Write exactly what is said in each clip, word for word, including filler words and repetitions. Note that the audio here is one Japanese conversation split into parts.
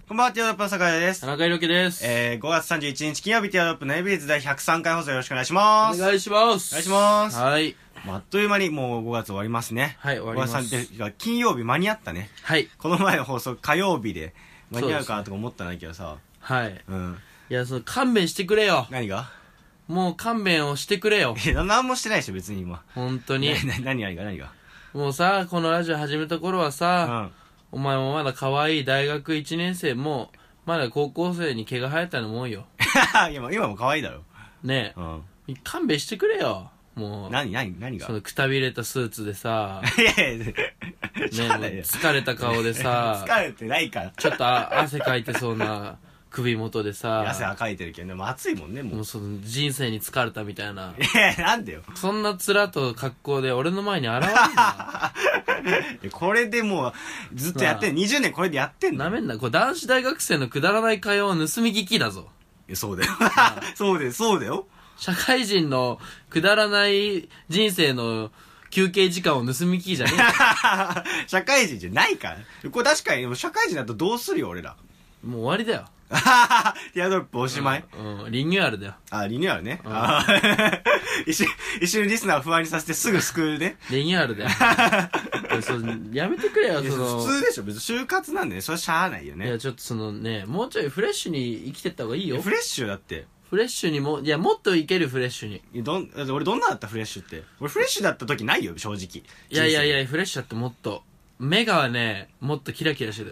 こんばんは、ティアドロップの坂井です。 田中裕樹です。 えー、ごがつさんじゅういちにち金曜日、ティアドロップのエビーズ第ひゃくさんかい放送よろしくお願いします。 お願いします。 お願いします。 はい。 まあ、あっという間にもうごがつ終わりますね。 はい、終わります。 ごがつさんじゅういちにち金曜日間に合ったね。 はい。 この前の放送火曜日で間に合うかなとか思ったんだけどさ。 はい。 うん。 いや、その勘弁してくれよ。 何が？ もう勘弁をしてくれよ。 いや、何もしてないでしょ、別に今。 本当に。 な、な、何何が何がもうさ、このラジオ始めた頃はさ、 うん、 お前もまだ可愛い大学いちねん生も、まだ高校生に毛が生えたのもんよ。 今、今も可愛いだろ。 ねえ。うん。勘弁してくれよ。もう。 何何何がそのくたびれたスーツでさ。 いやいや、ねえ、疲れた顔でさ。 疲れてないから。 ちょっとあ汗かいてそうな首元でさ。 汗はかいてるけどね、もう暑いもんね、もう。 もうその人生に疲れたみたいな。 いや、なんでよ。 そんな面と格好で俺の前に現れるな。 これでもう、ずっとやってん、にじゅうねんこれでやってんの。 なめんな、これ男子大学生のくだらない会話を盗み聞きだぞ。 いや、そうだよ。そうだよ、そうだよ。 社会人のくだらない人生の休憩時間を盗み聞きじゃねえか。 社会人じゃないから。これ確かに、社会人だとどうするよ、俺ら。 もう終わりだよ。 ティアドロップおしまい、 うん、うん、リニューアルだよ。 あ、リニューアルね。うん、あ一瞬、一瞬リスナーを不安にさせてすぐ救うね。 リニューアルだよ。そやめてくれよ、その。 普通でしょ、別に就活なんでね、それしゃあないよね。 いや、ちょっとそのね、もうちょいフレッシュに生きてった方がいいよ。 フレッシュだって。 フレッシュにも、いや、もっといけるフレッシュに。 どん、俺どんなだったフレッシュって。俺フレッシュだった時ないよ、正直。 いやいやいや、フレッシュだってもっと、目がね、もっとキラキラしてる。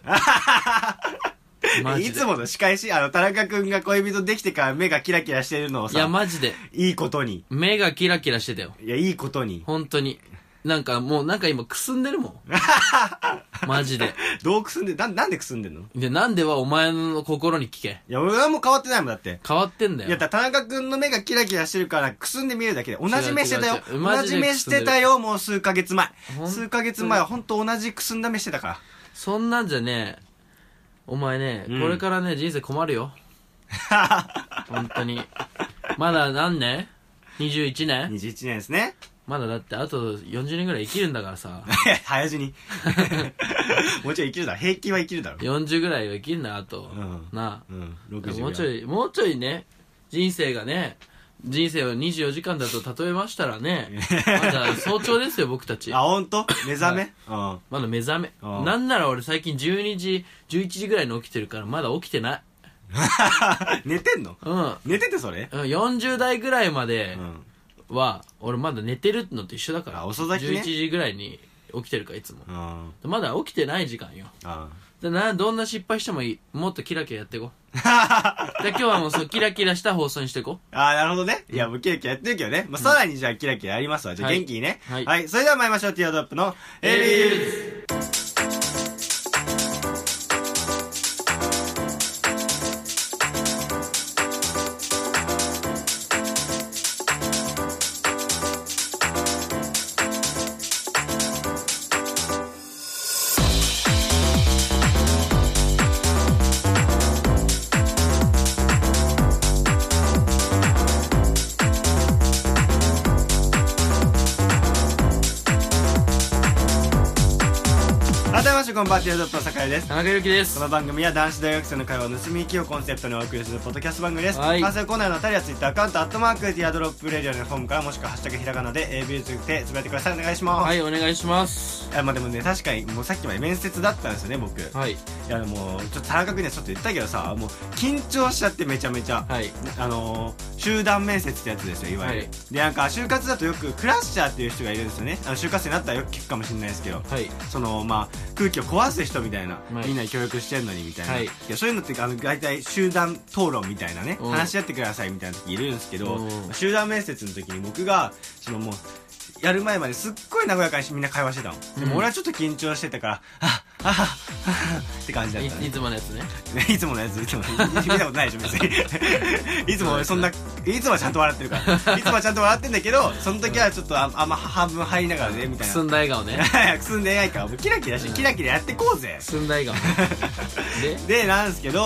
いつもの仕返し、あの、田中くんが恋人できてから目がキラキラしてるのをさ。 いや、マジで。 いいことに。 目がキラキラしてたよ。 いや、いいことに。 本当に。なんかもう、なんか今くすんでるもん。マジで。 どうくすんで、な、なんでくすんでんの？ で、なんではお前の心に聞け。 いや、俺はもう変わってないもんだって。 変わってんだよ。 いや、田中くんの目がキラキラしてるから、くすんで見えるだけで、同じ目してたよ。同じ目してたよ、もう数ヶ月前。数ヶ月前はほんと同じくすんだ目してたから。 そんなんじゃね、お前ね、うん、これからね、人生困るよ。本当に。まだ何年 ?にじゅういち 年 ? にじゅういち 年ですね。 まだだってあとよんじゅうねんぐらい生きるんだからさ。 早死に。もうちょい生きるだろ。平均は生きるだろ。 よんじゅうぐらいは生きるんだ、あと。うん、なあ、うん。ろくじゅうもうちょい、もうちょいね、人生がね、人生をにじゅうよじかんだと例えましたらね、まだ早朝ですよ、僕たち。 あ、ほんと？目覚め、 はい、まだ目覚め。なんなら俺最近じゅうにじ、じゅういちじぐらいに起きてるからまだ起きてない。 寝てんの？うん。寝ててそれ？ うん、よんじゅう代ぐらいまでは、俺まだ寝てるのと一緒だから。 あ、遅咲きね。 じゅういちじぐらいに起きてるからいつも。まだ起きてない時間よ。ああ。などんな失敗してもいい。もっとキラキラやっていこう。じゃあ今日はもうそうキラキラした放送にしていこう。 ああ、なるほどね。いや、もうキラキラやってるけどね。まあ、さらにじゃあキラキラやりますわ。じゃあ元気にね。はい。はい。それでは参りましょう。ティアドロップのエビーズ。こんばんは、ティアドロップの坂井です。 田中裕樹です。 この番組は男子大学生の会話を盗み聞きをコンセプトにお送りするポッドキャスト番組です。はい、関西コーナーのあたりはツイッターアカウント、アットマーク、ティアドロップレディオのフォームから、もしくはハッシュタグひらがなで エービー ズでつぶやいてください。お願いします。 はい、お願いします。 いや、まあでもね、確かに、もうさっきまで面接だったんですよね、僕。はい。いや、もう、ちょっと田中君にはちょっと言ったけどさ、もう、緊張しちゃってめちゃめちゃ。はい。あのー、集団面接ってやつですよ、いわゆる。はい、で、なんか、就活だとよく、クラッシャーっていう人がいるんですよね。あの、就活生になったらよく聞くかもしれないですけど。はい。その、まあ、空気を壊す人みたいな、はい、みんなに協力してんのにみたいな、はい、いやそういうのってあの大体集団討論みたいなね、話し合ってくださいみたいな時いるんですけど、集団面接の時に僕がそのもうやる前まですっごい和やかにみんな会話してたの、うん、でも俺はちょっと緊張してたからあああって感じだったね。 いつものやつね。 いつものやついつも見たことないでしょ別に。いつもそんないつもはちゃんと笑ってるからいつもはちゃんと笑ってんだけど、その時はちょっと あ, あんま半分入りながらねみたいな。 くすんだ笑顔ね。 くすんだ笑顔からキラキラしてキラキラやってこうぜ。 くすんだ笑顔ででなんですけど、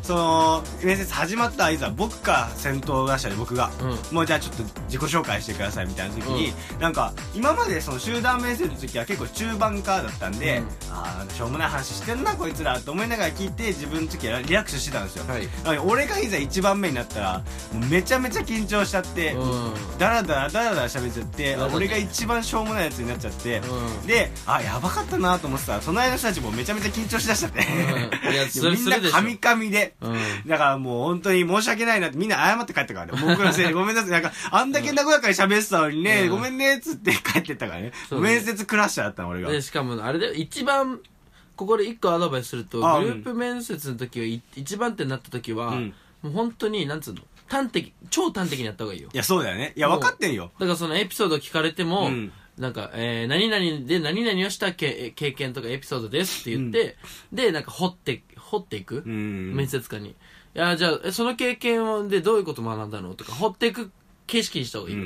その面接始まった間僕か先頭打者で僕が、うん、もうじゃあちょっと自己紹介してくださいみたいな時に、うん、なんか今までその集団面接の時は結構中盤からだったんで、うん、ああしょうもない話してんなこいつらと思いながら聞いて自分の時はリラックスしてたんですよ、はい、俺がいざ一番目になったらもうめちゃめちゃ緊張しちゃって、うん、ダラダラダラダラ喋っちゃって、うん、俺が一番しょうもないやつになっちゃって、うん、であやばかったなと思ってたら隣の人たちもめちゃめちゃ緊張しだしちゃって、うん、いやそれみんなカミカミで、うん、だからもう本当に申し訳ないなってみんな謝って帰ったからね僕のせいでごめんなさいなんかあんだけ和やかに喋ってたのにね、うん、ごめんねっつって帰ってったからね、うん、面接クラッシャーだったの俺が。 でしかもあれで一番ここで一個アドバイスするとグループ面接の時は一番手になった時は、うん、もう本当になんつうの端的超端的にやった方がいいよ。 いやそうだよね。いや分かってんよ。 だからそのエピソード聞かれても、うん、なんか、えー、何々で何々をした経験とかエピソードですって言って、うん、でなんか掘って掘っていく、うん、面接官にいやじゃあその経験でどういうこと学んだのとか掘っていく形式にした方がいいよ、うん、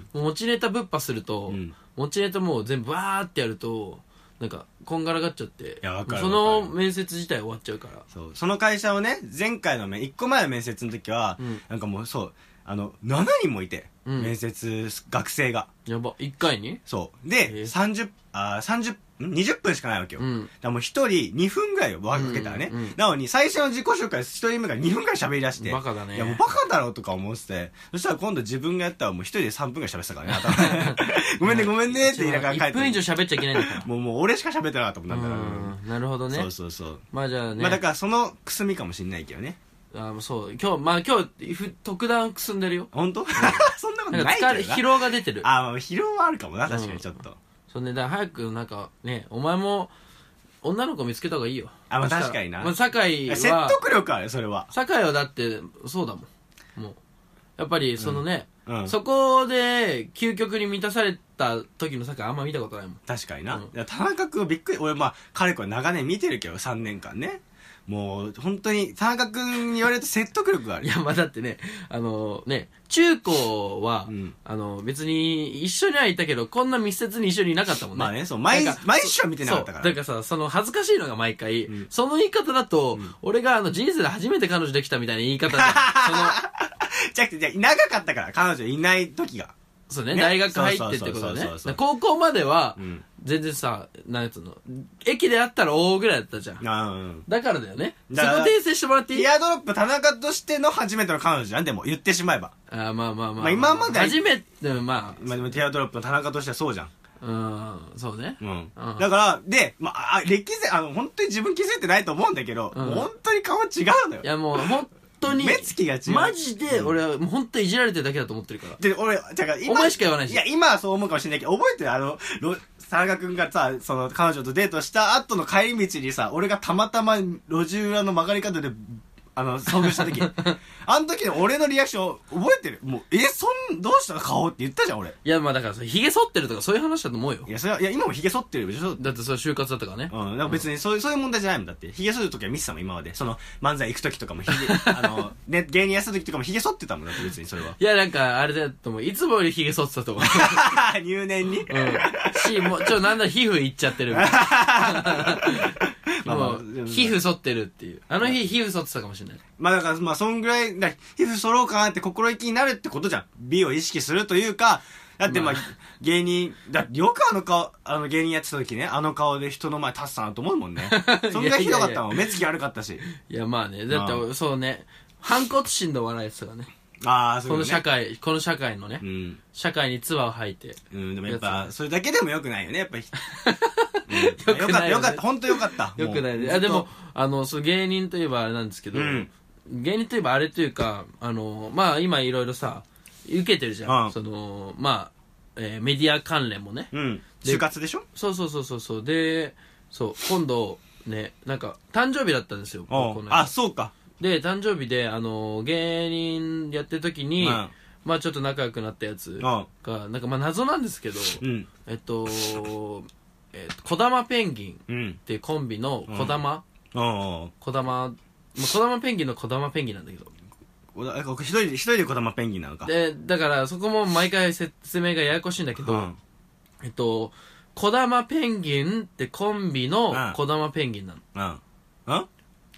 もう持ちネタぶっ破すると、うん、持ちネタもう全部わーってやるとなんかこんがらがっちゃっていやわかるその面接自体終わっちゃうから。 そうその会社をね前回のいっこまえの面接の時は、うん、なんかもうそうあのななにんもいて、うん、面接学生がやばいっかいにそうでさんじゅうあさんじゅう、にじゅっぷんしかないわけよ、うん、だからもうひとりにふんぐらいを分けたらね、うんうんうん、なのに最初の自己紹介ひとりめがにふんぐらい喋り出してバカだねいやもうバカだろとか思っててそしたら今度自分がやったらもうひとりでさんぷんぐらい喋ってたからね頭ごめんねごめんねって言いながら帰っていっぷん以上喋っちゃいけないんだからもうもう俺しか喋ってなかったもんなんだからうんなるほどねそうそうそうまあじゃあねまあだからそのくすみかもしんないけどねあそう今日まあ今日特段くすんでるよ本当、うん、そんなことないけどな疲労が出てるあまあ疲労はあるかもな確かにちょっと、うん、 そうねだから早くなんかねお前も女の子見つけた方がいいよあまあ確かにな、まあ、 酒井は説得力あるそれは酒井はだってそうだもんもうやっぱりそのね、うんうん、そこで究極に満たされた時の酒井あんま見たことないもん確かにな、うん、いや田中君びっくり俺まあ彼これ長年見てるけどさんねんかんねもう本当に田中君に言われると説得力があるいやまあだってねあのね中高は、うん、あの別に一緒にはいたけどこんな密接に一緒にいなかったもんねまあねそう毎毎週は見てなかったからだからさその恥ずかしいのが毎回、うん、その言い方だと、うん、俺があの人生で初めて彼女できたみたいな言い方でそのじゃなくてじゃ長かったから彼女いない時がそうね、ね大学入ってってことだね高校までは、うん、全然さなんやつの駅で会ったら大ぐらいだったじゃん、うん、だからだよねそこ訂正してもらっていいティアドロップ田中としての初めての彼女じゃんでも言ってしまえばあまあまあまあ、まあ、 今まで初めてまあまあでもティアドロップの田中としてはそうじゃんうんそうね、 うん、うん、だからで、まあ、あ歴然あの本当に自分気づいてないと思うんだけど、うん、本当に顔違うのよいやもう本当に目つきが違うマジで俺はもう本当にいじられてるだけだと思ってるからで俺だから今お前しか言わないしいや今はそう思うかもしれないけど覚えてるあの田中君がさその彼女とデートした後の帰り道にさ俺がたまたま路地裏の曲がり角であの遭遇した時あの時の俺のリアクション覚えてるもうえそんどうした顔って言ったじゃん俺いやまあだからひげ剃ってるとかそういう話だと思うよいやそれはいや今もひげ剃ってるでしょだってそれ就活だったからねうんだから別にそういう、うん、そういう問題じゃないもんだってひげ剃る時は見てたもん今までその漫才行く時とかもひげあの、ね、芸人やった時とかもひげ剃ってたもんだって別にそれはいやなんかあれだと思ういつもよりひげ剃ってたと思う入念にうんしもうちょなんだ皮膚いっちゃってるもう皮膚剃ってるっていうあの日皮膚剃ってたかもしれないまあだからまあそんぐらいだ皮膚剃ろうかなって心意気になるってことじゃん美を意識するというかだってまあ、まあ、芸人だってよくあの顔あの芸人やってた時ねあの顔で人の前立つなと思うもんねそんぐらいひどかったもん目つき悪かったしいやまあねだってそうね反骨心で笑えてたからねああそうねこの社会この社会のね、うん、社会に唾を吐いてうんでもやっぱそれだけでもよくないよねやっぱりうん、よくないよかった本当よかったよくないねあでもあのそう芸人といえばあれなんですけど、うん、芸人といえばあれというかあのまあ今いろいろさ受けてるじゃん、うん、そのまあ、えー、メディア関連もね、 うん、就活でしょそうそうそうそうそうでそう今度ねなんか誕生日だったんですよこのあそうかで誕生日であの芸人やってる時に、うん、まあちょっと仲良くなったやつがなんかまあ謎なんですけど、うん、えっとえー、こだまペンギンっていうコンビのこだまこだまこだまペンギンのこだまペンギンなんだけど一人で一人でこだまペンギンなのかでだからそこも毎回説明がややこしいんだけど、うん、えっとこだまペンギンってコンビのこだまペンギンなのうんうん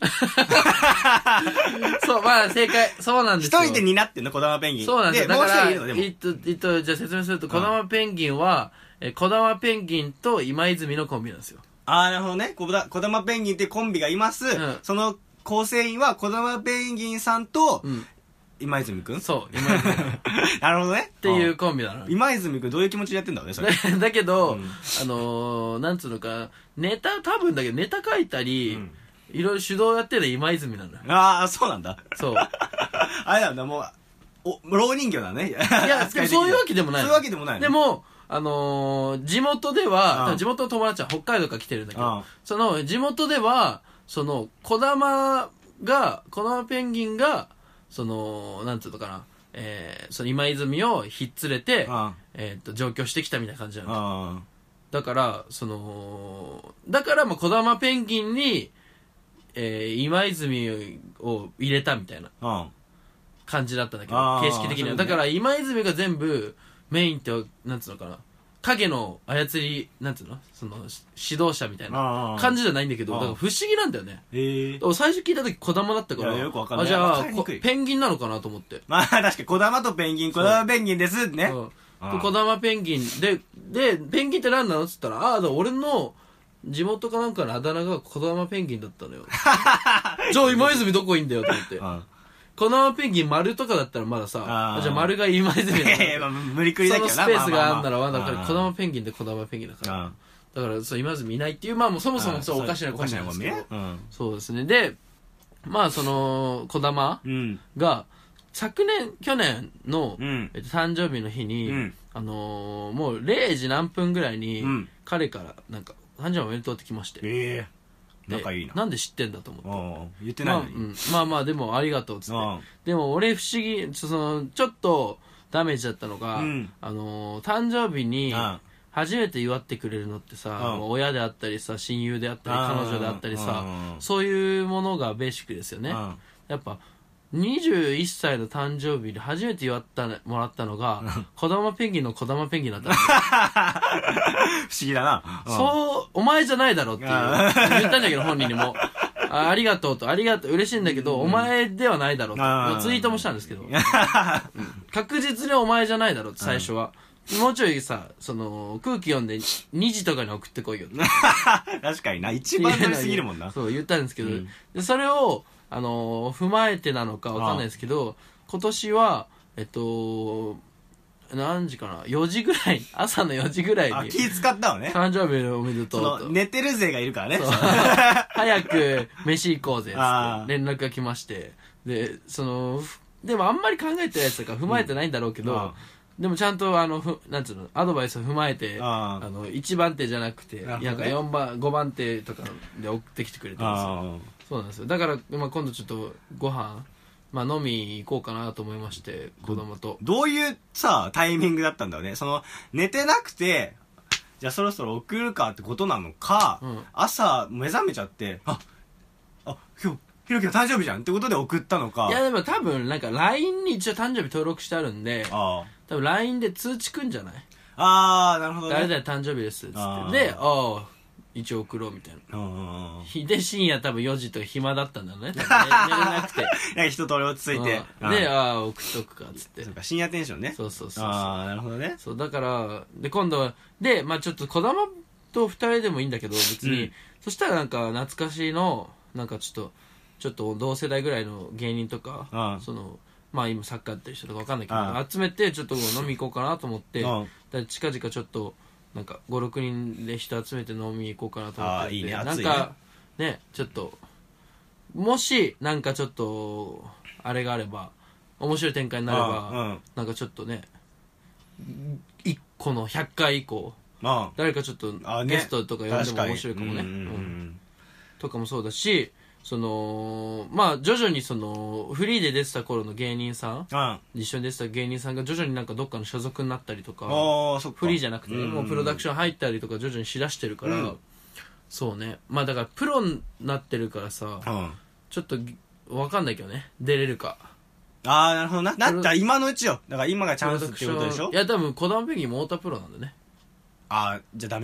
そう、まあ正解、そうなんですよ。 一人で担ってんの、小玉ペンギン。 そうなんですよ。だから、えっと、えっと、じゃあ説明すると、小玉ペンギンは、うん、え、小玉ペンギンと今泉のコンビなんですよ。 ああ、なるほどね。小玉ペンギンってコンビがいます。うん、その構成員は小玉ペンギンさんと、うん今泉くんそう、今泉くん。 なるほどね。 っていうコンビなの。 今泉くんどういう気持ちでやってんだろうね、それ。 だけど、うん、あのー、なんつうのか、ネタ、多分だけどネタ書いたり、うん、いろいろ主導やってるの今泉なのよ。 ああ、そうなんだ。 そう。 あれなんだ、もう、お、老人形だね。 いや、そういうわけでもない。 そういうわけでもない、ね。 でも、あのー、地元では、地元の友達は北海道から来てるんだけど、その、地元では、その、小玉が、小玉ペンギンが、その、なんていうのかな、えー、その今泉をひっつれて、えっと、上京してきたみたいな感じなの。だから、その、だから、まあ、小玉ペンギンに、えー、今泉を入れたみたいな感じだったんだけど、形式的には。だから、今泉が全部メインって、なんつうのかな、影の操り、なんつうのその、指導者みたいな感じじゃないんだけど、だから不思議なんだよね。 へえ。最初聞いた時小玉だったから、 よくわかんない。 あ、じゃあ、ペンギンなのかなと思って。 まあ、確かに小玉とペンギン、小玉ペンギンですね。 そう。小玉ペンギンで、で、ペンギンって何なのって言ったら、ああ、俺の地元かなんかのあだ名が小玉ペンギンだったのよ。じゃあ今泉どこいんだよと思って。小玉ペンギン丸とかだったらまださ、あじゃあ丸が今泉だから。 無理くりだけどな。 そのスペースがあんならわざわざ小玉ペンギンで小玉ペンギンだから。だからそう今泉いないっていう、まあもうそもそもそうおかしなことなんですけど。そうですね。で、まあその小玉が昨年、去年の誕生日の日に、あのもうれいじ何分ぐらいに彼からなんか誕生日おめでとうって来まして。 ええ。仲いいな。 なんで知ってんだと思って。言ってないのに。 まあ、うん、まあまあ、でもありがとうっつって。でも俺不思議、その、ちょっとダメージだったのが、うん、あのー、誕生日に初めて祝ってくれるのってさ、親であったりさ、親友であったり、彼女であったりさ、そういうものがベーシックですよね。やっぱ、にじゅういっさいの誕生日で初めて祝ったもらったのが、小玉ペンギンの小玉ペンギンだった。不思議だな。 そう、お前じゃないだろっていう。言ったんだけど、本人にも。あ, ありがとうと、ありがとう、嬉しいんだけど、うん、お前ではないだろうと。ツイートもしたんですけど。確実にお前じゃないだろうって、最初は。もうちょいさ、その、空気読んでにじとかに送ってこいよ。 確かにな、一番乗りすぎるもんな。 そう、言ったんですけど、うん、でそれを、あのー、踏まえてなのかわかんないですけど、今年は、えっと、何時かな ?よ 時ぐらい、朝のよじぐらいに。 気使ったのね。 誕生日おめでとうと。 その、寝てる勢がいるからね。 早く飯行こうぜ、つって連絡が来まして。で、その、でもあんまり考えてないやつとか踏まえてないんだろうけど、でもちゃんとあの、ふなんつうの、アドバイスを踏まえて、あの、いちばん手じゃなくて、なんかよんばん、ごばん手とかで送ってきてくれたんですよ。そうなんですよ。だから、まあ、今度ちょっとご飯、まあ飲み行こうかなと思いまして、子供と。 どういうさ、タイミングだったんだろうね。その、寝てなくて、じゃあそろそろ送るかってことなのか、うん、朝目覚めちゃって、あ、あ、今日、ひろきの誕生日じゃんってことで送ったのか。 いやでも多分、なんか ライン に一応誕生日登録してあるんで、あ多分 ライン で通知くんじゃないああ、なるほどね。 誰々誕生日です、つって。で、ああ、一応送ろうみたいな。で、深夜多分よじとか暇だったんだよね。寝れなくて。 なんか一通り落ち着いて。 で、ああ、送っとくか、つって。 そうか、深夜テンションね。 そうそうそう。 ああ、なるほどね。 そう、だから、で、今度は、で、まあちょっと子供と二人でもいいんだけど、別に、うん、そしたらなんか懐かしいの、なんかちょっと、ちょっと同世代ぐらいの芸人とか、ああその、まあ今サッカーやってる人とかわかんないけど、ああ集めてちょっと飲み行こうかなと思って、近々ちょっと、なんかご、ろくにんで人集めて飲みに行こうかなと思ってて、 いいね、 なんかね、ちょっともしなんかちょっとあれがあれば面白い展開になれば、うん、なんかちょっとねいっこのひゃっかい以降誰かちょっとゲストとか呼んでも面白いかもね、うん、とかもそうだし、そのまあ徐々にそのフリーで出てた頃の芸人さん、うん、一緒に出てた芸人さんが徐々になんかどっかの所属になったりとか、フリーじゃなくてね、もうプロダクション入ったりとか徐々にしだしてるから、うん、そうね、まあだからプロになってるからさ、うん、ちょっと分かんないけどね、出れるか。 ああ、なるほどな。なったら今のうちよ。だから今がチャンスっていうことでしょ。 いや多分小玉ペンギンも太田プロなんだね。 ああ、じゃあダメじゃん。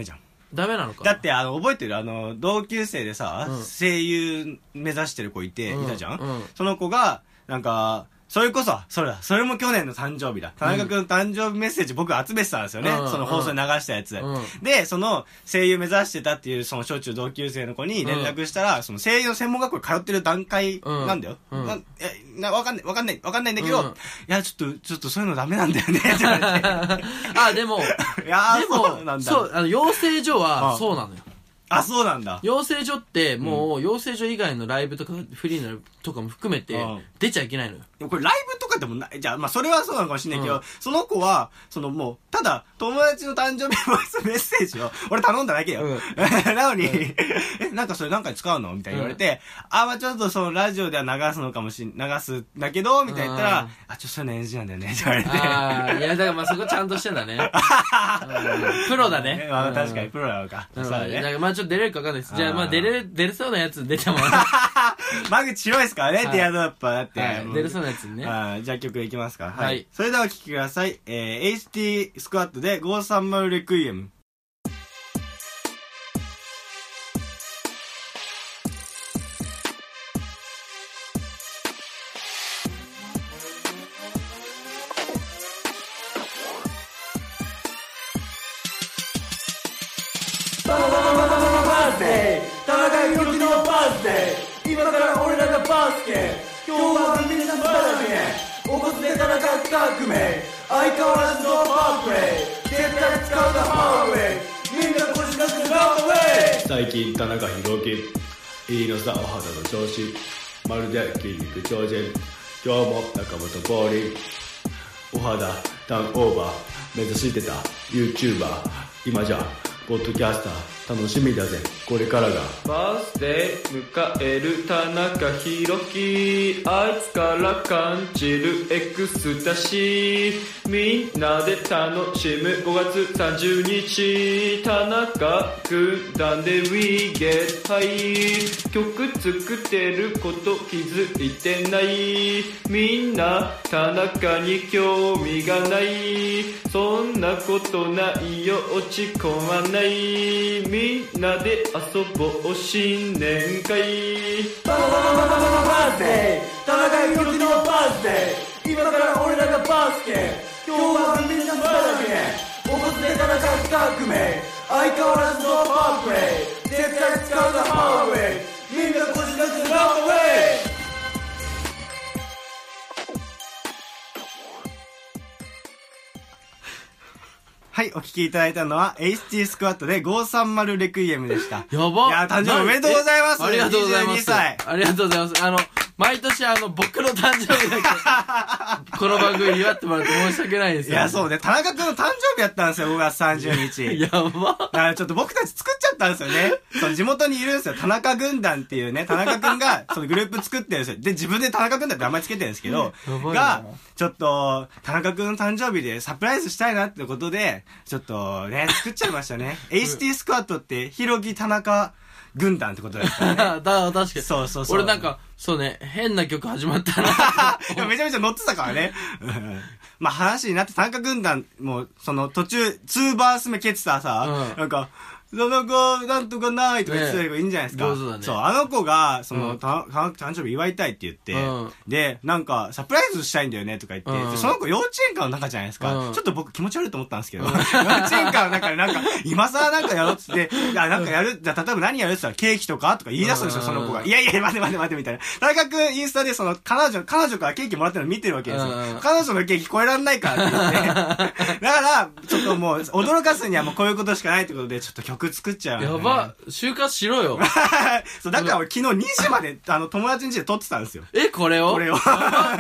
ダメなのか。 だって、あの、覚えてるあの、同級生でさ、うん、声優目指してる子いて、うん、いたじゃん、うん、その子が、なんか、それこそ、それだ、それも去年の誕生日だ。田中くんの誕生日メッセージ僕集めてたんですよね。うん、その放送に流したやつ、うん。で、その声優目指してたっていう、その小中同級生の子に連絡したら、うん、その声優の専門学校に通ってる段階なんだよ。うん、なえなわかんない、わかんない、わかんないんだけど、うん、いや、ちょっと、ちょっとそういうのダメなんだよね、って言われて。 あ、でも、 いやでも、そうなんだ。 そう、あの、養成所は、そうなのよ。 あ、そうなんだ。 養成所って、もう、養成所以外のライブとか、フリーのとかも含めて、出ちゃいけないのよ。 でもこれライブとかでもない、じゃあ、まあ、それはそうなのかもしれないけど、うん、その子は、そのもう、ただ、友達の誕生日ボイスメッセージを、俺頼んだだけよ。うん、なのに、うん、え、なんかそれなんかに使うのみたいに言われて、うん、あ、まあ、ちょっとそのラジオでは流すのかもしん、流すんだけど、みたいに言ったら、うん、あ、ちょっとそういうの エヌジー なんだよね、って言われて。 ああ、いや、だからまあそこちゃんとしてんだね。うん、プロだね。 まあ、確かにプロなのか。 うん、そうだね。だからまあちょっと出れるかわかんないです。じゃあまあ出れる、出れそうなやつ出てもらう。 間口広いですからね、はい、ティアドロップはだって。 はい、出れそうなやつにね。 あじゃあ曲いきますか。はい。はい、それではお聴きください。えー、エイチティー スクワットでごひゃくさんじゅうレクイエム。バースデー田中裕樹のバースデー今から俺らがバスケ今日はみんなバラケ起こすね田中革命相変わらずのパワープレイ絶対使うなパワーウェイみんな腰掛けてラウンドウェイ最近田中裕樹いいのさお肌の調子まるで筋肉超人今日も中本ボーリンお肌ターンオーバー目指してた YouTuber 今じゃポッドキャスター楽しみだぜこれからがバースデー迎える田中裕樹あいつから感じるエクスタシーみんなで楽しむごがつさんじゅうにち田中軍団で We Get High 曲作ってること気づいてないみんな田中に興味がないそんなことないよ落ち込まないみんなで遊ぼう新年会ババババババババースデー田中裕樹のバースデー今から俺らがバスケ今日はみんなバラケ起こすね田中革命相変わらずのパワープレイ絶対使うなパワーウェイみんな腰掛けてラウンドウェイはい、お聴きいただいたのは エイチティー スクワットでごひゃくさんじゅうレクイエムでした。 やば。 いや、誕生日おめでとうございます。 ありがとうございます。 にじゅうにさい。 ありがとうございます。あの、毎年あの、僕の誕生日だけ、この番組祝ってもらって申し訳ないですよ。 いや、そうね。田中君の誕生日やったんですよ、ごがつさんじゅうにち。 やば。 だからちょっと僕たち作っちゃったんですよね。その地元にいるんですよ。田中軍団っていうね、田中君がそのグループ作ってるんですよ。で、自分で田中軍団って名前つけてるんですけど、が、ちょっと、田中君の誕生日でサプライズしたいなってことで、ちょっとね、作っちゃいましたね。エイチティー スクワットって、ひろき田中軍団ってことですからね。 だ、確かに。 そうそうそう。 俺なんか、そうね、変な曲始まったな。 いやめちゃめちゃ乗ってたからね。まあ話になって、田中軍団も、その途中、にバース目蹴ってたさ、うん、なんか、田中なんとかないとか言ってたらいいんじゃないですか。 ね、そうだね。 そう、あの子が、その、た、うん、誕生日祝いたいって言って、うん、で、なんか、サプライズしたいんだよねとか言って、うん、その子幼稚園館の中じゃないですか。うん、ちょっと僕気持ち悪いと思ったんですけど、うん、幼稚園館の中でなんか、今更なんかやろうっつって、いや、なんかやる、じゃ例えば何やるって言ったらケーキとかとか言い出すんですよ、その子が。いやいや、待て待て待てみたいな。田中くんインスタでその、彼女、彼女からケーキもらってるの見てるわけですよ。うん、彼女のケーキ超えらんないからって言って。だから、ちょっともう、驚かすにはもうこういうことしかないってことで、ちょっと曲作っちゃう。 やば、就活しろよ。 そう、だから俺昨日にじまで、あの、友達ん家で撮ってたんですよ。 え、これをこれを。だから、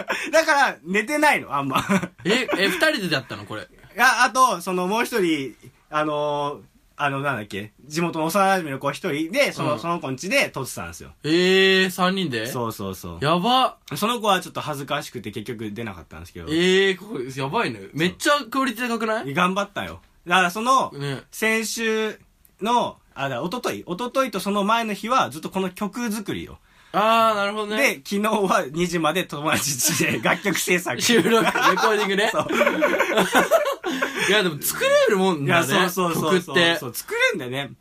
寝てないの、あんま。 え、え、二人でやったのこれ。いや、あと、その、もう一人、あのー、あの、なんだっけ、地元の幼馴染の子一人で、その、うん、その子ん家で撮ってたんですよ。 ええー、三人でそうそうそう。 やば。 その子はちょっと恥ずかしくて結局出なかったんですけど。 ええー、これ、やばいね。めっちゃクオリティ高くない？ 頑張ったよ。だからその、ね、先週の、あ、だ、おととい、おとといとその前の日はずっとこの曲作りよ。 あー、なるほどね。 で、昨日はにじまで友達家で楽曲制作。 収録、レコーディングね。そう。いや、でも作れるもんだね。いや、 そうそうそう。 曲って。 そう、作れんだよね。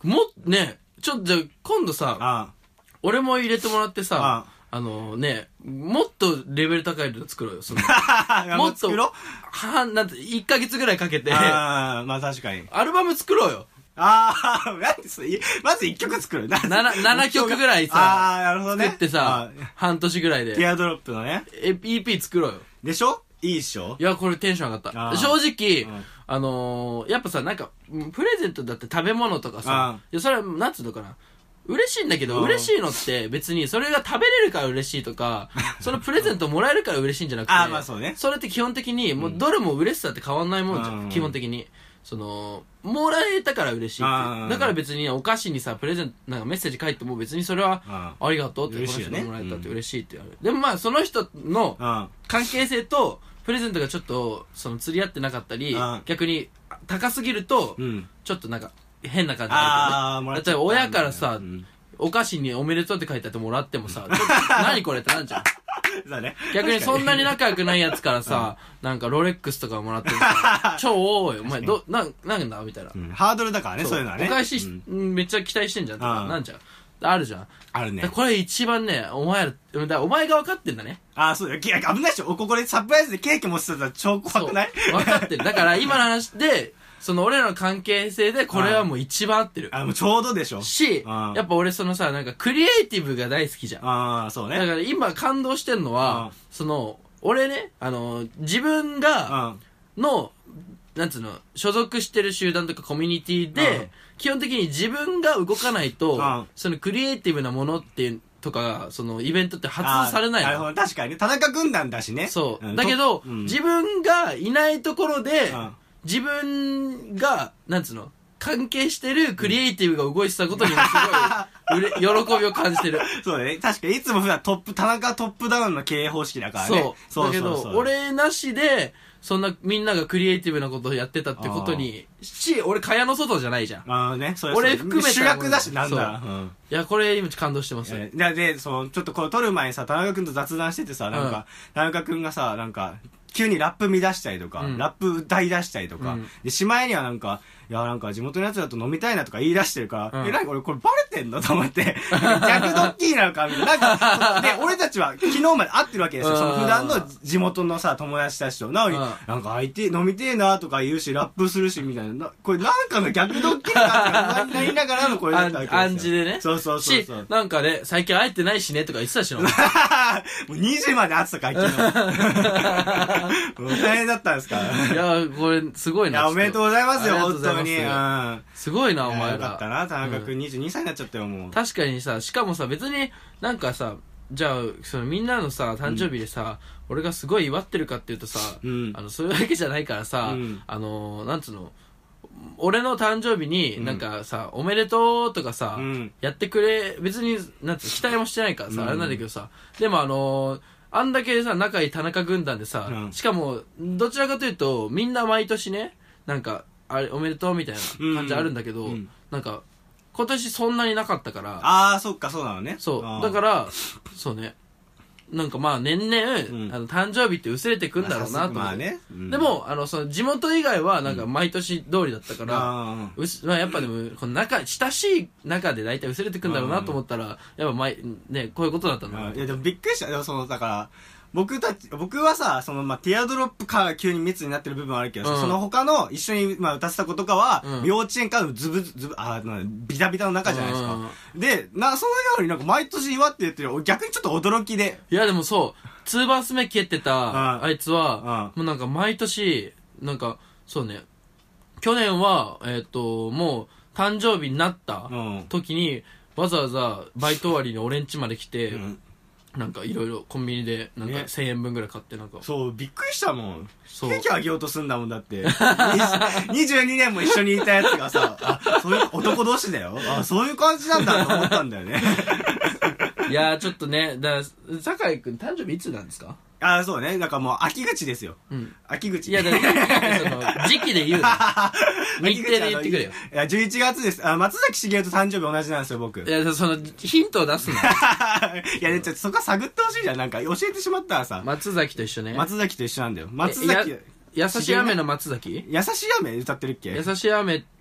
も、ね、ちょっとじゃあ今度さ、あ俺も入れてもらってさ、ああのね、もっとレベル高いの作ろうよ、その。もっと、はなんて、いっかげつぐらいかけて。 ああ、まあ確かに。 アルバム作ろうよ。ああ、まずいっきょく作る。 なな、ななきょくぐらいさ、 ああ、なるほどね。 作ってさ、半年ぐらいで。 ティアドロップのね。 イーピー 作ろうよ。 でしょいいっしょいや、これテンション上がった。正直、うん、あのー、やっぱさ、なんか、プレゼントだって食べ物とかさ、いや、それは、なんつうのかな。嬉しいんだけど、嬉しいのって別にそれが食べれるから嬉しいとか、そのプレゼントもらえるから嬉しいんじゃなくて、 あ、まあそうね。 それって基本的に、もうどれも嬉しさって変わんないもんじゃん、基本的に。その、もらえたから嬉しいって。だから別にお菓子にさ、プレゼント、なんかメッセージ書いても別にそれは、ありがとうって、この人にもらえたって嬉しいって言われる。でもまあその人の関係性と、プレゼントがちょっと、その釣り合ってなかったり、逆に高すぎると、ちょっとなんか変な感じになるけどね。例えば親からさ、お菓子におめでとうって書いてあってもらってもさ、ちょっと何これってなんじゃん。 そうね、 逆にそんなに仲良くないやつからさ、うん、なんかロレックスとかもらってもさ、超多い、お前ど、な、なんだみたいな、 うん。ハードルだからね、そういうのはね。 お返し、うん、めっちゃ期待してんじゃんとか、なんじゃん。あるじゃん。 あるね。 これ一番ね、お前ら、だお前が分かってんだね。 ああ、そうだよ。危ないでしょ。ここでサプライズでケーキ持ってたら超怖くない？ 分かってる。だから今の話で、その俺らの関係性でこれはもう一番合ってる。 あ、もうちょうどでしょ。 し、やっぱ俺そのさ、なんかクリエイティブが大好きじゃん。 ああ、そうね。 だから今感動してんのは、その、俺ね、あの、自分が、の、なんつうの、所属してる集団とかコミュニティで、基本的に自分が動かないと、そのクリエイティブなものっていう、とか、そのイベントって発動されないの。 なるほど、確かにね。田中軍団だしね。 そう。だけど、自分がいないところで、自分が、なんつうの、関係してるクリエイティブが動いてたことにもすごい、うれ、喜びを感じてる。 そうだね。確かにいつも普段トップ、田中トップダウンの経営方式だからね。そう。 そうだけど、俺なしで、そんなみんながクリエイティブなことをやってたってことに、し、俺蚊帳の外じゃないじゃん。 ああね、それ俺含めた。 主役だし、なんだ。 うん。いや、これ今感動してますよ。 で、で、その、ちょっとこれ撮る前にさ、田中くんと雑談しててさ、なんか、田中くんがさ、なんか、急にラップ見出したりとか、ラップ歌い出したりとか、で、しまいにはなんか、いや、なんか地元のやつだと飲みたいなとか言い出してるから、え、なんか俺これバレてんのと思って、逆ドッキリなのかみたいな。なんか、で、俺たちは昨日まで会ってるわけですよ。その普段の地元のさ、友達たちと。なのに、なんか相手飲みてえなとか言うし、ラップするし、みたいな。これなんかの逆ドッキリかってなりながらのこれだったわけですよ。 暗示でね。 そうそうそうそう。 し、なんかね、最近会えてないしねとか言ってたしの。もうにじまで会ってたか、昨日。もう大変だったんですか。 いや、これすごいな。 いや、おめでとうございますよ、本当に。 すごいな、お前ら。 よかったな、田中くんにじゅうにさいになっちゃったよ、もう。 確かにさ、しかもさ、別になんかさ、じゃあ、そのみんなのさ、誕生日でさ、俺がすごい祝ってるかっていうとさ、あの、そういうわけじゃないからさ、あの、なんつうの、俺の誕生日になんかさ、おめでとうとかさ、やってくれ、別に、なんつうの、期待もしてないからさ、あれなんだけどさ、でもあの、あんだけさ、仲いい田中軍団でさ、しかも、どちらかというと、みんな毎年ね、なんか、あれ、おめでとうみたいな感じあるんだけど、うんうん、なんか、今年そんなになかったから。 ああ、そっか、そうなのね。 そう。だから、そうね。なんかまあ年々、うん、あの、誕生日って薄れてくんだろうなと思って。まあね。うん、でも、あの、その、地元以外はなんか毎年通りだったから、うん、うすまあやっぱでも、この仲、親しい中で大体薄れてくんだろうなと思ったら、やっぱ毎、ね、こういうことだったんだ。 いや、でもびっくりした。でもその、だから、僕たち、僕はさ、その、まあ、ティアドロップから急に密になってる部分はあるけど、うん、その他の一緒に、まあ、歌ってた子とかは、うん、幼稚園からのズブズブ、あ、ビタビタの中じゃないですか。うん、で、な、そのようになんか毎年祝って言ってる、逆にちょっと驚きで。 いや、でもそう、ツーバース目蹴ってた、あいつは、もうなんか毎年、なんか、そうね、去年は、えっと、もう、誕生日になった時に、わざわざバイト終わりに俺ん家まで来て、うんなんかいろいろコンビニでなんかせんえんぶんぐらい買ってなんか、ね、 そうびっくりしたもんケーキあげようとすんだもんだってにじゅうにねんも一緒にいたやつがさあそういう男同士だよあそういう感じなんだと思ったんだよねいやーちょっとねだから酒井くん誕生日いつなんですかああそうねなんかもう秋口ですよ、うん、秋口いやだからその時期で言うの日程で言ってくれよいやじゅういちがつですあ松崎しげると誕生日同じなんですよ僕いやそのヒントを出すのいやちょっとそこは探ってほしいじゃんなんか教えてしまったらさ松崎と一緒ね松崎と一緒なんだよ松崎優しい雨の松崎優しい雨歌ってるっけ優しい雨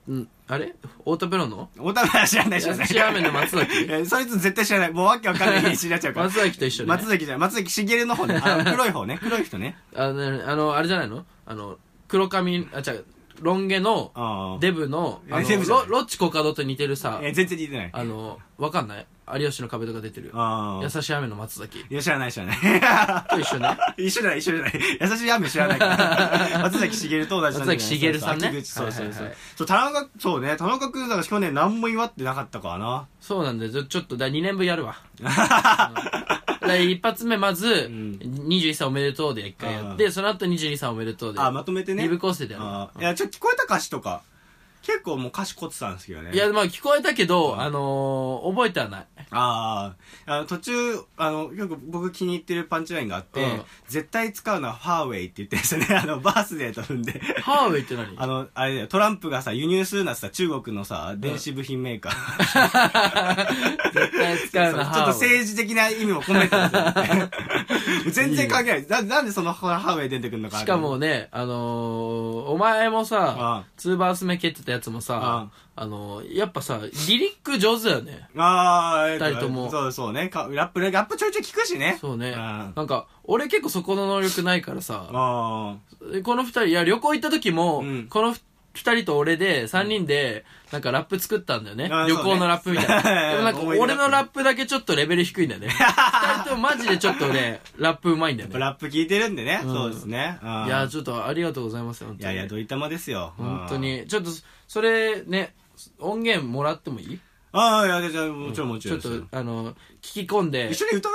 んあれ太田プロの太田プロは知らない知らない優しい雨の松崎そいつ絶対知らないもうわけわかんないに知らっちゃうから松崎と一緒ね松崎じゃない松崎しげるの方ねあの黒い方ね黒い人ねあのあのあれじゃないのあの黒髪あ違うロン毛のデブのあのロ, ロッチコカドと似てるさえ全然似てないあのわかんない有吉の壁とか出てる優しい雨の松崎いや知らない知らないと一緒ね一緒じゃない一緒じゃない優しい雨知らないから松崎しげると同じ松崎しげるさんねそうそうそうそう田中そうね田中君だから去年何も祝ってなかったからなそうなんだよちょっとだにねんぶんやるわ一発目まずにじゅういっさいおめでとうでいっかいやってその後にじゅうにさいおめでとうであまとめてねに部構成でやるいやちょっと聞こえた歌詞とか結構もう歌詞凝ってたんですけどねいやまあ聞こえたけどあの覚えてはないああ途中あの結構僕気に入ってるパンチラインがあって絶対使うのはファーウェイって言ってるんですよねあのバースデーと踏んでファーウェイって何あのあれだよトランプがさ輸入するなってさ中国のさ電子部品メーカー絶対使うなちょっと政治的な意味も込めてるんですよ全然関係ないななんでそのファーウェイ出てくるのかしかもねあのお前もさツーバース目蹴ってたやつもさあのやっぱさリリック上手だよねああ二人ともそうそうねラップラップちょいちょい聞くしねそうねなんか俺結構そこの能力ないからさあこの二人いや旅行行った時も、うん、この二人と俺で三人でなんかラップ作ったんだよね旅行のラップみたいなでもなんか俺のラップだけちょっとレベル低いんだよね二人ともマジでちょっとねラップうまいんだよねラップ聞いてるんでね、うん、そうですねいやちょっとありがとうございますよいやいやどういったまですよ本当にちょっとそれね音源もらってもいいああいやじゃあもちろんもちろんちょっとあの聞き込んで一緒に歌う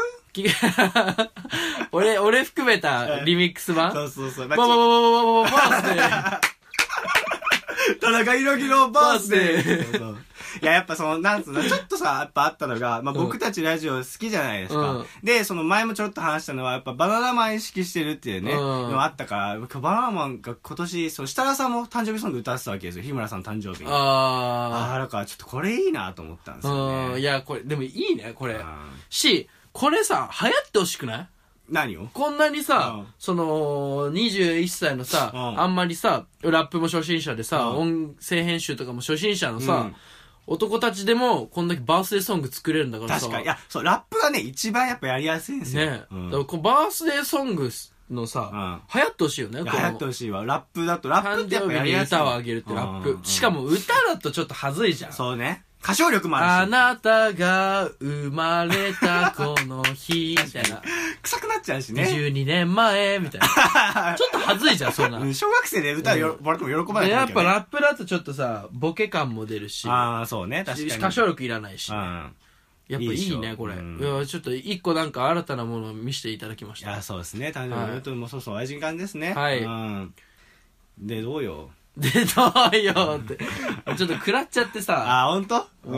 俺俺含めたリミックス版そうそうそうババババババババースデー田中裕樹のバースデーそうそういややっぱそのなんつうのちょっとさやっぱあったのが、まあ、僕たちラジオ好きじゃないですか、うん、でその前もちょろっと話したのはやっぱバナナマン意識してるっていうね、うん、のあったからバナナマンが今年その設楽さんも誕生日ソング歌ってたわけですよ日村さん誕生日にああだからちょっとこれいいなと思ったんですよねいやこれでもいいねこれしこれさ流行ってほしくない何をこんなにさ、うん、そのにじゅういっさいのさ、うん、あんまりさラップも初心者でさ、うん、音声編集とかも初心者のさ、うん男たちでもこんだけバースデーソング作れるんだからさ確かにいやそうラップがね一番やっぱやりやすいんですよね、うん、だからこうバースデーソングのさ、うん、流行ってほしいよね流行ってほしいわラップだとラップってやっぱやりやすい歌をあげるってラップ、うんうん、しかも歌だとちょっと恥ずいじゃんそうね歌唱力もあるしあなたが生まれたこの日みたいな臭くなっちゃうしねにじゅうにねんまえみたいなちょっと恥ずいじゃんそんな小学生で歌をもらっても喜ばない、 ね、やっぱラップだとちょっとさボケ感も出るしああそうね確かに歌唱力いらないし、ね、 うんやっぱいいねこれ、うん、いやちょっと一個なんか新たなものを見せていただきました。 いやそうですね誕生日ともそうそう愛人間ですねはい、 うん、でどうよでどうよってちょっと食らっちゃってさあ本当？ うん、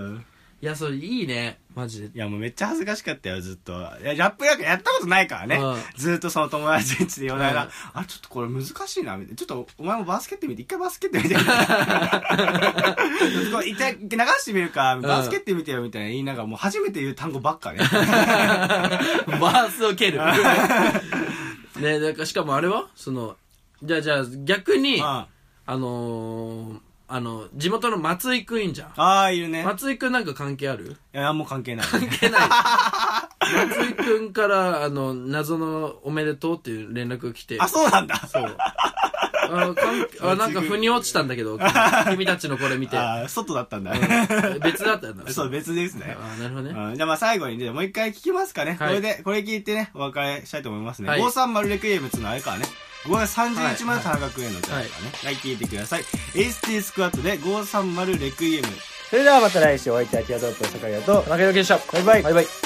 うんいやそれいいねマジでいやもうめっちゃ恥ずかしかったよずっといやラップなんかやったことないからね、うん、ずっとその友達んちで夜な夜な、うん、あちょっとこれ難しいなみたいなちょっとお前もバスケット見て一回バスケット見てみたいな一回流してみるかバスケット見てよみたいな言いながらもう初めて言う単語ばっかねバースを蹴るねだからしかもあれはそのじゃあじゃあ逆にあ, あのーあの地元の松井くんいんじゃんああいるね松井くんなんか関係あるいやもう関係ない、ね、 関係ない松井くんからあの謎のおめでとうっていう連絡が来てあそうなんだそうああなんか腑に落ちたんだけど君たちのこれ見てあ外だったんだ、 うん、別だったんだそう別ですねあなるほどね、 うん、じゃあまあ最後にじゃあもう一回聞きますかね、はい、これでこれ聞いてねお別れしたいと思いますね、はい、ごさんまるレクイエムつのあれからねごがつさんじゅうにちまで田中君への歌ですからねはい聞いてください エイチティー スクワットでごさんまるレクイエムそれではまた来週お相手はキアドロップの坂井と田中裕樹でしたバイバイバイバイ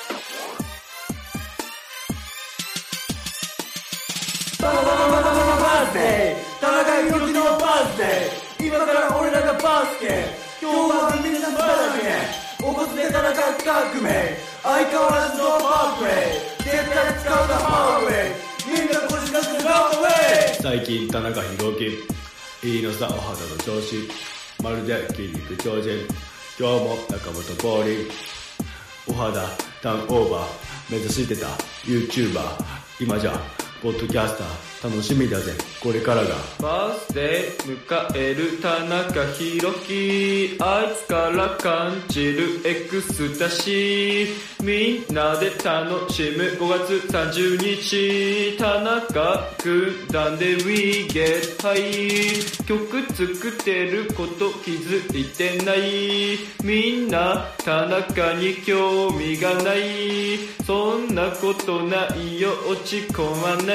バースデー田中裕樹のバースデー今から俺らがバスケ今日はみんなバだけ起こすで田中革命相変わらずのパワープレイ絶対使うなパワープレイみんな腰掛けてラウンドウェイ最近田中裕樹いいのさお肌の調子まるで筋肉超人今日も中本降臨お肌ターンオーバー目指してた YouTuber 今じゃポッドキャスター楽しみだぜこれからが。 バースデー迎える田中裕樹、あいつから感じるエクスタシー、みんなで楽しむごがつさんじゅうにち、田中軍団で We Get High、 曲作ってること気づいてない、みんな田中に興味がない、そんなことないよ落ち込まない、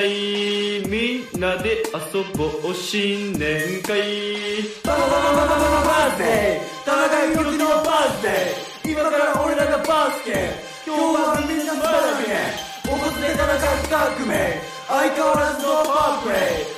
みんなで遊ぼう新年会。 ババババババババースデー田中裕樹のバースデー、今から俺らがバスケ、今日はみんなバラケ、起こすで田中革命、相変わらずのパワープレイ。